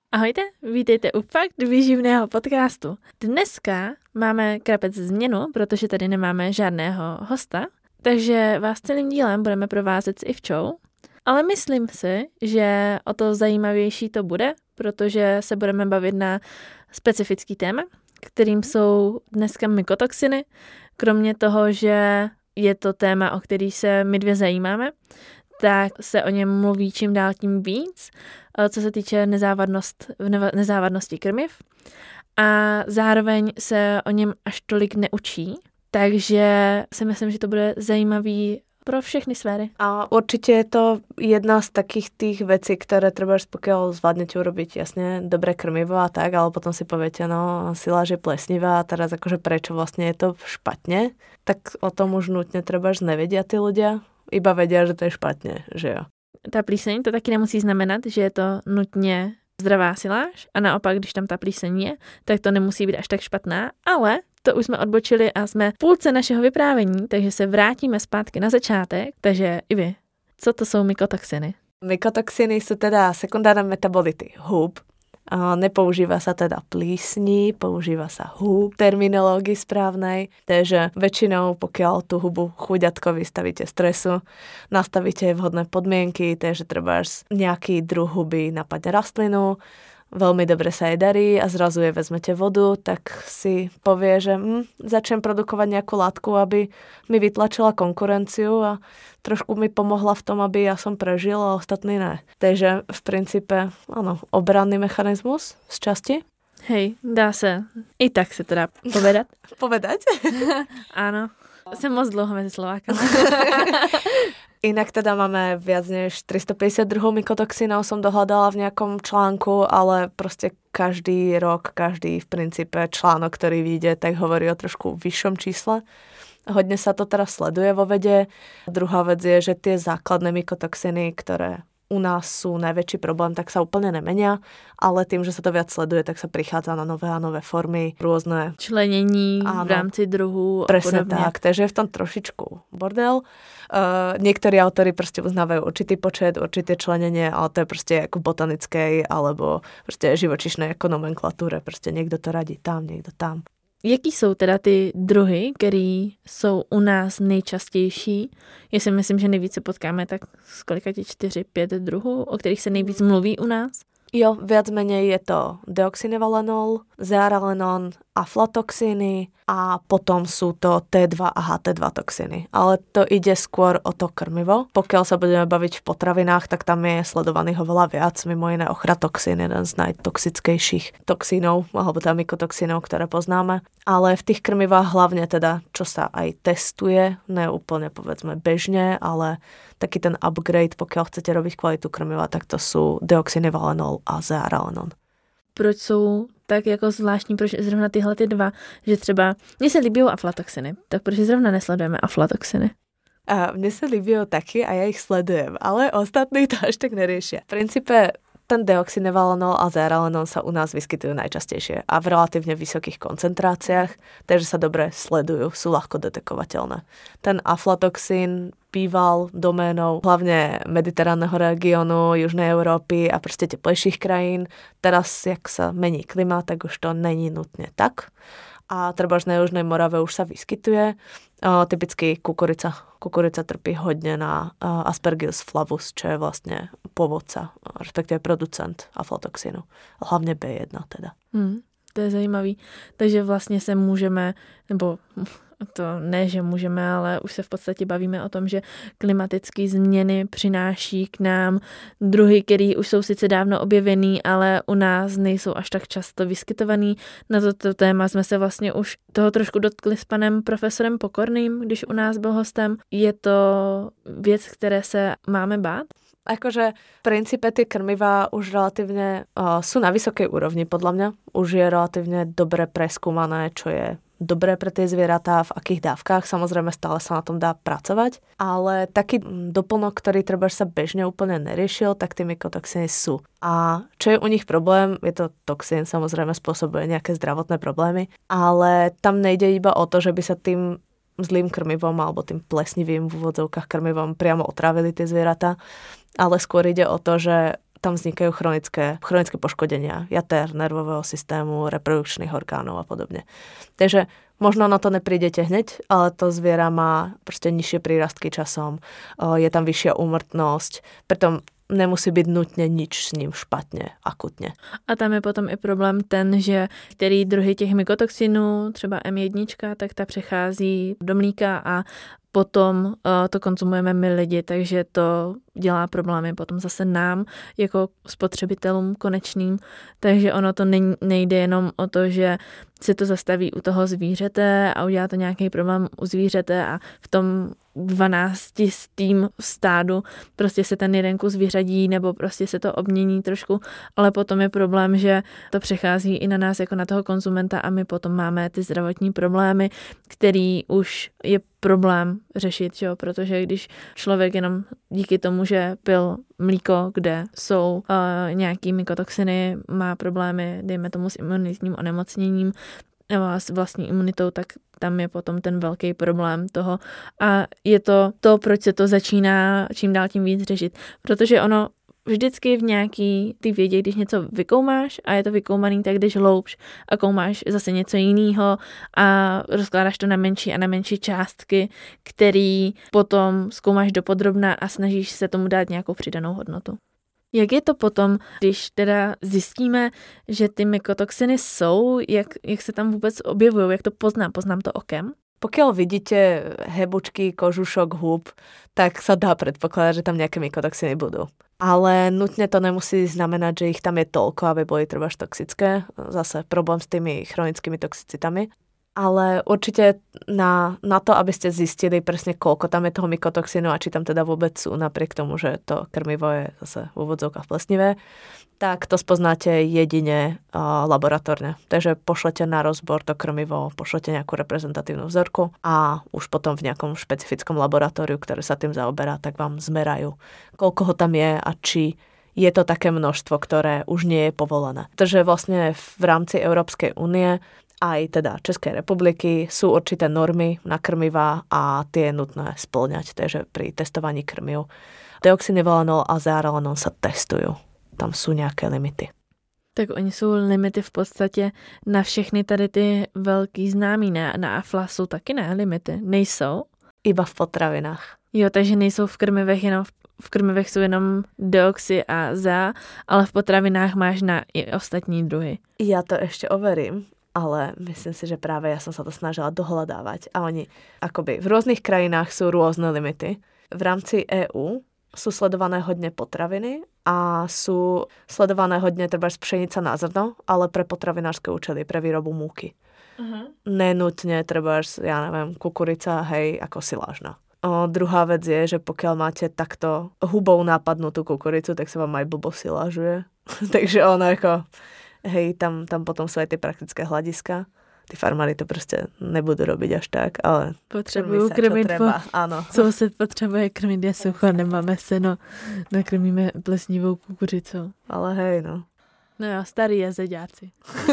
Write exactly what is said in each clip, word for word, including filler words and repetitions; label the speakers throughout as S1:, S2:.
S1: Ahojte, vítejte u Fakt výživného podcastu. Dneska máme krapec změnu, protože tady nemáme žádného hosta, takže vás celým dílem budeme provázet s Ivčou, ale myslím si, že o to zajímavější to bude, protože se budeme bavit na specifický téma, kterým jsou dneska mykotoxiny, kromě toho, že je to téma, o který se my dvě zajímáme, tak se o něm mluví čím dál tím víc, co se týče nezávadnost, nezávadnosti krmiv. A zároveň se o něm až tolik neučí, takže si myslím, že to bude zajímavý pro všechny sféry.
S2: A určite je to jedna z takých tých vecí, ktoré treba, pokiaľ zvládnete urobiť jasne dobré krmivo a tak, ale potom si poviete, no siláž je plesnivá a teraz akože prečo vlastne je to špatne, tak o tom už nutne treba, že nevedia tí ľudia, iba vedia, že to je špatne, že jo.
S1: Ta plíseň to taky nemusí znamenat, že je to nutně zdravá siláž a naopak, když tam ta plíseň je, tak to nemusí být až tak špatná, ale to už jsme odbočili a jsme v půlce našeho vyprávění, takže se vrátíme zpátky na začátek. Takže Ivi, co to jsou mykotoxiny?
S2: Mykotoxiny sú teda sekundárne metabolity húb. Nepoužíva sa teda plísni, používa sa húb, terminológii správnej. Takže väčšinou, pokiaľ tú hubu chuďatko vystavíte stresu, nastavíte vhodné podmienky, takže treba nejaký druh huby napadne rastlinu, veľmi dobre sa jej darí a zrazu je vezmete vodu, tak si povie, že hm, začnem produkovať nejakú látku, aby mi vytlačila konkurenciu a trošku mi pomohla v tom, aby ja som prežil a ostatní ne. Takže v princípe, áno, obranný mechanizmus z časti.
S1: Hej, dá se i tak se to dá povedat.
S2: Povedať?
S1: Áno, jsem moc dlouho mezi Slovákami.
S2: Inak teda máme viac než tristopäťdesiat druhov mykotoxínov, som dohľadala v nejakom článku, ale proste každý rok, každý v princípe článok, ktorý vyjde, tak hovorí o trošku vyššom čísle. Hodne sa to teraz sleduje vo vede. Druhá vec je, že tie základné mykotoxiny, ktoré u nás sú najväčší problém, tak sa úplne nemenia, ale tým, že sa to viac sleduje, tak sa prichádza na nové a nové formy, rôzne
S1: členění v rámci druhů a
S2: presne
S1: podobne.
S2: tak, takže je v tom trošičku bordel. Uh, niektorí autori proste uznávajú určitý počet, určité členenie, ale to je proste ako v botanickej alebo proste živočišnej ako nomenklatúre, proste niekto to radí tam, niekto tam.
S1: Jaký jsou teda ty druhy, které jsou u nás nejčastější? Já si myslím, že nejvíce potkáme tak z kolika ti čtyři, pět druhů, o kterých se nejvíc mluví u nás?
S2: Jo, viac menej je to deoxynivalenol, zearalenon, aflatoxíny a potom sú to té dva a há té dva toxíny. Ale to ide skôr o to krmivo. Pokiaľ sa budeme baviť v potravinách, tak tam je sledovaných oveľa viac, mimo iné ochratoxín, jeden z najtoxickejších toxínov, alebo teda mykotoxínov, ktoré poznáme. Ale v tých krmivách hlavne teda, čo sa aj testuje, ne úplne povedzme bežne, ale taký ten upgrade, pokiaľ chcete robiť kvalitu krmiva, tak to sú deoxynivalenol a zearalenon.
S1: Proč jsou tak jako zvláštní, proč zrovna tyhle ty dva, že třeba, mně se líbí aflatoxiny, tak proč zrovna nesledujeme aflatoxiny?
S2: A mne sa líbí taky a ja ich sledujem, ale ostatní to až tak neriešia. V princípe ten deoxynivalenol a zearalenon sa u nás vyskytujú najčastejšie a v relatívne vysokých koncentráciách, takže sa dobre sledujú, sú ľahko detekovateľné. Ten aflatoxín býval doménou hlavne mediteránneho regiónu, Južnej Európy a proste teplejších krajín. Teraz, jak sa mení klima, tak už to není nutne tak. A trebárs na Južnej Morave už sa vyskytuje. O, typicky kukurica. Kukurica trpí hodne na uh, Aspergillus flavus, čo je vlastne pôvodca, respektíve producent aflatoxínu. Hlavne bé jedna teda.
S1: Hmm, to je zajímavý. Takže vlastně se můžeme, nebo to ne, že můžeme, ale už se v podstatě bavíme o tom, že klimatické změny přináší k nám druhy, které už jsou sice dávno objevený, ale u nás nejsou až tak často vyskytovaný. Na toto téma jsme se vlastně už toho trošku dotkli s panem profesorem Pokorným, když u nás byl hostem. Je to věc, které se máme bát?
S2: Akože v princípe tie krmivá už relatívne uh, sú na vysokej úrovni, podľa mňa. Už je relatívne dobre preskúmané, čo je dobré pre tie zvieratá, v akých dávkach. Samozrejme stále sa na tom dá pracovať, ale taký doplnok, ktorý treba sa bežne úplne neriešil, tak tie mykotoxíny sú. A čo je u nich problém, je to toxín, samozrejme spôsobuje nejaké zdravotné problémy, ale tam nejde iba o to, že by sa tým zlým krmivom alebo tým plesnivým v úvodzovkách krmivom priamo otrávili tie zvieratá, ale skôr ide o to, že tam vznikajú chronické, chronické poškodenia jater, nervového systému, reprodukčných orgánov a podobne. Takže možno na to neprídete hneď, ale to zviera má proste nižšie prírastky časom, je tam vyššia úmrtnosť, preto nemusí být nutně nič s ním špatně, akutně.
S1: A tam je potom i problém ten, že který druhy těch mykotoxinů, třeba em jedna, tak ta přechází do mlíka a potom uh, to konzumujeme my lidi, takže to dělá problémy potom zase nám, jako spotřebitelům konečným. Takže ono to nejde jenom o to, že se to zastaví u toho zvířete a udělá to nějaký problém u zvířete a v tom dvanáctistým stádu prostě se ten jeden kus vyřadí nebo prostě se to obmění trošku, ale potom je problém, že to přechází i na nás jako na toho konzumenta a my potom máme ty zdravotní problémy, který už je problém řešit, jo? Protože když člověk jenom díky tomu, že pil mlíko, kde jsou uh, nějaký mykotoxiny, má problémy, dejme tomu s imunitním onemocněním nebo s vlastní imunitou, tak tam je potom ten velký problém toho. A je to to, proč se to začíná čím dál tím víc řešit. Protože ono vždycky v nějaký ty vědě, když něco vykoumáš a je to vykoumaný, tak jdeš hloubš a koumáš zase něco jiného a rozkládáš to na menší a na menší částky, který potom zkoumáš dopodrobna a snažíš se tomu dát nějakou přidanou hodnotu. Jak je to potom, když teda zjistíme, že ty mykotoxiny jsou, jak, jak se tam vůbec objevují, jak to poznám? Poznám to okem?
S2: Pokiaľ vidíte hebučky, kožušok, hub, tak sa dá predpokladať, že tam nejaké mykotoxiny budú. Ale nutne to nemusí znamenať, že ich tam je toľko, aby boli trebárs toxické. Zase problém s tými chronickými toxicitami. Ale určite na, na to, aby ste zistili presne, koľko tam je toho mykotoxinu a či tam teda vôbec sú, napriek tomu, že to krmivo je zase v úvodzovkách plesnivé, tak to spoznáte jedine uh, laboratórne. Takže pošlete na rozbor to krmivo, pošlete nejakú reprezentatívnu vzorku a už potom v nejakom špecifickom laboratóriu, ktoré sa tým zaoberá, tak vám zmerajú, koľko ho tam je a či je to také množstvo, ktoré už nie je povolené. Takže vlastne v rámci Európskej únie aj teda Českej republiky sú určité normy na krmivá a tie je nutné spĺňať. Takže pri testovaní krmiv deoxynivalenol a zearalenol sa testujú. Tam sú nejaké limity.
S1: Tak oni jsou limity v podstatě na všechny tady ty velký známý, ne? Na aflasu taky ne limity. Nejsou?
S2: Iba v potravinách.
S1: Jo, takže nejsou v krmivech jenom v V krmivech jsou jenom deoxy a zea, ale v potravinách máš na i ostatní druhy.
S2: Ja to ešte overím, ale myslím si, že práve ja som sa to snažila dohľadávať. A oni akoby v rôznych krajinách sú rôzne limity. V rámci é ú sú sledované hodne potraviny a sú sledované hodne trebárs pšenica na zrno, ale pre potravinárske účely, pre výrobu múky. Uh-huh. Nenutne trebárs, ja neviem, kukurica, hej, ako silážna. O, druhá vec je, že pokiaľ máte takto hubou nápadnutú kukuricu, tak sa vám aj blbo silážuje. Takže ono ako, hej, tam, tam potom sú aj tie praktické hľadiska. Tí farmári to prostě nebudú robiť až tak, ale
S1: potřebujú krmiť,
S2: áno.
S1: Co se potřebuje krmiť, je sucho, nemáme seno, nakrmíme plesnivou kukuřicou.
S2: Ale hej, no.
S1: No jo, starý jezeďáci.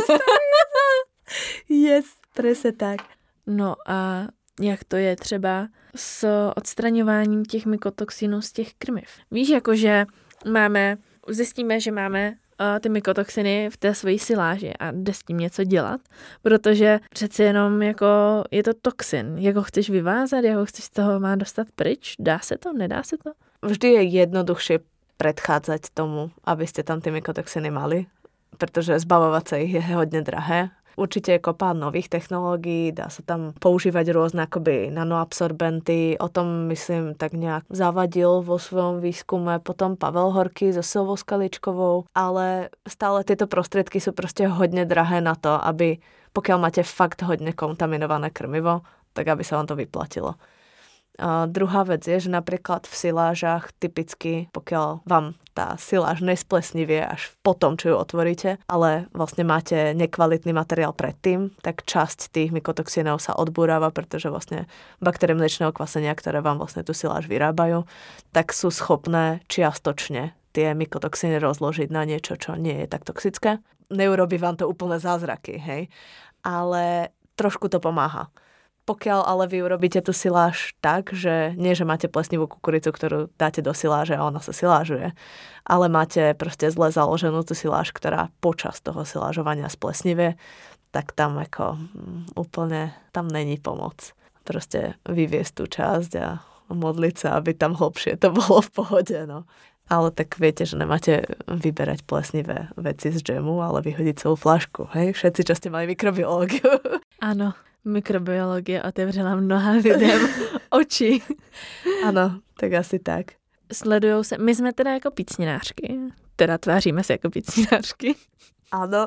S2: Yes, presne tak.
S1: No a jak to je třeba s odstraňováním těch mykotoxinů z těch krmiv. Víš, jakože máme, zjistíme, že máme uh, ty mykotoxiny v té svojí siláži a jde s tím něco dělat, protože přeci jenom jako je to toxin. Jak ho chceš vyvázat, jak ho chceš z toho má dostat pryč? Dá se to, nedá se to?
S2: Vždy je jednoduchšie predchádzať tomu, aby ste tam ty mykotoxiny mali, pretože zbavovať sa ich je hodne drahé. Určite je kopa nových technológií, dá sa tam používať rôzne akoby nanoabsorbenty. O tom, myslím, tak nejak zavadil vo svojom výskume potom Pavel Horký so Silvou Skaličkovou, ale stále tieto prostriedky sú proste hodne drahé na to, aby pokiaľ máte fakt hodne kontaminované krmivo, tak aby sa vám to vyplatilo. A druhá vec je, že napríklad v silážach typicky, pokiaľ vám tá siláž nesplesnivie až potom, čo ju otvoríte, ale vlastne máte nekvalitný materiál predtým, tak časť tých mykotoxínov sa odbúrava, pretože vlastne baktérie mliečného kvasenia, ktoré vám vlastne tú siláž vyrábajú, tak sú schopné čiastočne tie mykotoxíny rozložiť na niečo, čo nie je tak toxické. Neurobí vám to úplne zázraky, hej, ale trošku to pomáha. Pokiaľ ale vy urobíte tú siláž tak, že nie, že máte plesnivú kukuricu, ktorú dáte do siláže a ona sa silážuje, ale máte proste zle založenú tú siláž, ktorá počas toho silážovania splesnivie, tak tam ako úplne, tam není pomoc. Proste vyviesť tú časť a modliť sa, aby tam hlbšie to bolo v pohode, no. Ale tak viete, že nemáte vyberať plesnivé veci z džemu, ale vyhodiť celú flašku, hej? Všetci, čo ste mali mikrobiológiu.
S1: Áno, mikrobiológia otevřela mnoha lidem oči.
S2: Ano, tak asi tak.
S1: Sledujou se, my jsme teda jako pícninářky, teda tváříme se jako pícninářky.
S2: Ano.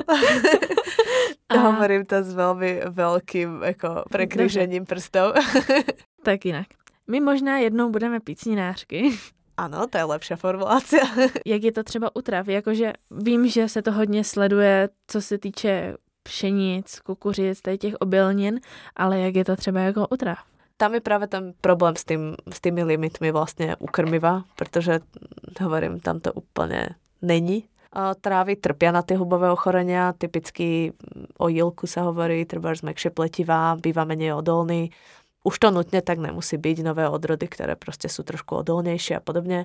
S2: A... Hovorím to s velmi velkým jako prekryžením prstov.
S1: Tak jinak. My možná jednou budeme pícninářky.
S2: Ano, to je lepší formulace.
S1: Jak je to třeba u trav? Jakože vím, že se to hodně sleduje, co se týče pšenic, kukuřic, tady těch obilnin, ale jak je to třeba jako u trav?
S2: Tam je práve ten problém s, tým, s tými limitmi vlastne u krmiva, pretože, hovorím, tam to úplne není. Trávy trpia na tie hubové ochorenia, typicky o jílku sa hovorí, treba zmäkšie pletivá, býva menej odolný. Už to nutne tak nemusí byť, nové odrody, ktoré proste sú trošku odolnejšie a podobne.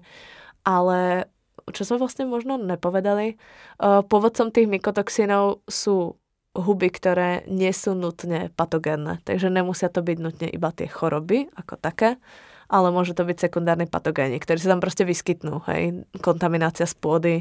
S2: Ale čo sme vlastne možno nepovedali, pôvodcom tých mykotoxínov sú huby, ktoré nie sú nutne patogénne. Takže nemusia to byť nutne iba tie choroby ako také, ale môže to byť sekundárne patogény, ktorí sa tam proste vyskytnú. Hej? Kontaminácia z pôdy,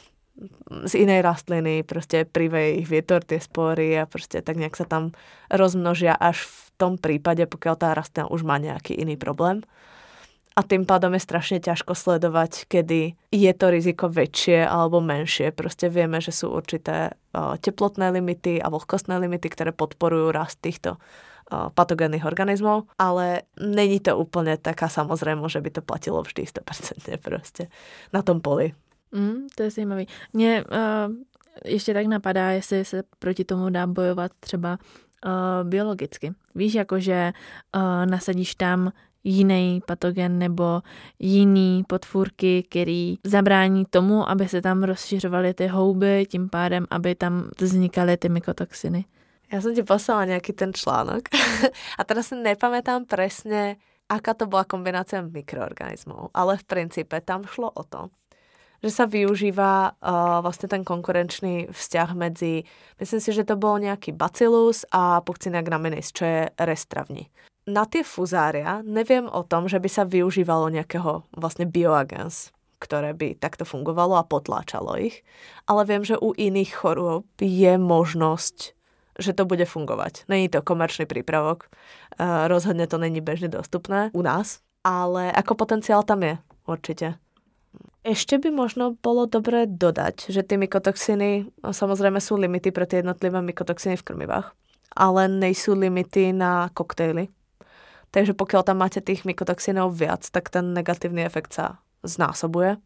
S2: z inej rastliny, proste priveje ich vietor, tie spory a proste tak nejak sa tam rozmnožia až v tom prípade, pokiaľ tá rastlina už má nejaký iný problém. A tým pádom je strašne ťažko sledovať, kedy je to riziko väčšie alebo menšie. Proste vieme, že sú určité uh, teplotné limity a vlhkostné limity, ktoré podporujú rast týchto uh, patogénnych organizmov, ale není to úplne taká samozrejmo, že by to platilo vždy sto percent proste na tom poli.
S1: Mm, to je zajímavý. Mně uh, ještě tak napadá, jestli se proti tomu dá bojovat třeba uh, biologicky. Víš, jakože uh, nasadíš tam jiný patogen nebo jiný podfůrky, který zabrání tomu, aby se tam rozšiřovaly ty houby, tím pádem, aby tam vznikaly ty mykotoxiny.
S2: Ja som ti poslala nejaký ten článok a teraz si nepamätám presne, aká to bola kombinácia mikroorganizmov, ale v princípe tam šlo o to, že sa využíva uh, vlastne ten konkurenčný vzťah medzi, myslím si, že to bol nejaký bacillus a Puccinia graminis, čo je restravni. Na tie fuzária neviem o tom, že by sa využívalo nejakého vlastne bioagens, ktoré by takto fungovalo a potláčalo ich, ale viem, že u iných chorôb je možnosť, že to bude fungovať. Není to komerčný prípravok, uh, rozhodne to není bežne dostupné u nás, ale ako potenciál tam je, určite. Ešte by možno bolo dobré dodať, že tie mykotoxiny, samozrejme sú limity pre tie jednotlivé mykotoxiny v krmivách, ale nejsú limity na koktejly. Takže pokiaľ tam máte tých mykotoxinov viac, tak ten negatívny efekt sa znásobuje.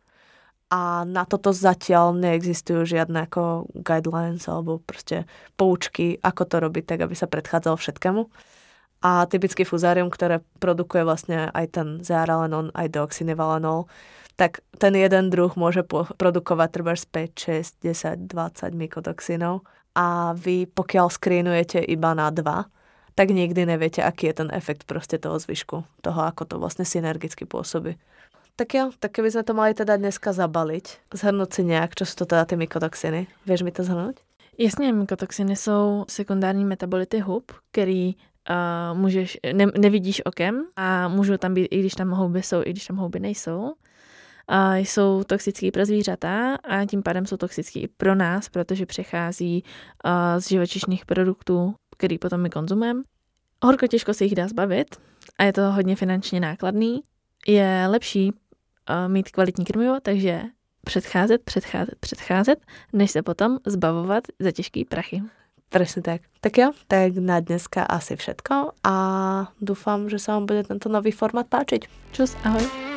S2: A na toto zatiaľ neexistujú žiadne ako guidelines alebo proste poučky, ako to robiť, tak aby sa predchádzalo všetkému. A typický fuzárium, ktoré produkuje vlastne aj ten zearalenol, aj deoxynivalenol, tak ten jeden druh môže produkovať treba päť, šesť, desať, dvadsať mykotoxinov a vy pokiaľ skrínujete iba na dva, tak nikdy neviete, aký je ten efekt proste toho zvyšku, toho, ako to vlastne synergicky pôsobí. Tak jo, tak keby sme to mali teda dneska zabaliť, zhrnúť si nejak, čo sú to teda ty mykotoxiny. Vieš mi to zhrnúť?
S1: Jasně, mykotoxiny jsou sekundární metabolity hub, který uh, můžeš, ne, nevidíš okem a můžou tam být, i když tam houby jsou, i když tam houby nejsou. Uh, jsou toxický pro zvířata a tím pádem jsou toxický i pro nás, protože přechází uh, z živočišných produktů, který potom my konzumujeme. Horko těžko se jich dá zbavit a je to hodně finančně nákladný. Je lepší uh, mít kvalitní krmivo, takže předcházet, předcházet, předcházet, než se potom zbavovat za těžký prachy.
S2: Presne tak. Tak jo, tak na dneska asi všetko a dúfam, že sa vám bude tento nový formát páčiť.
S1: Čus, ahoj.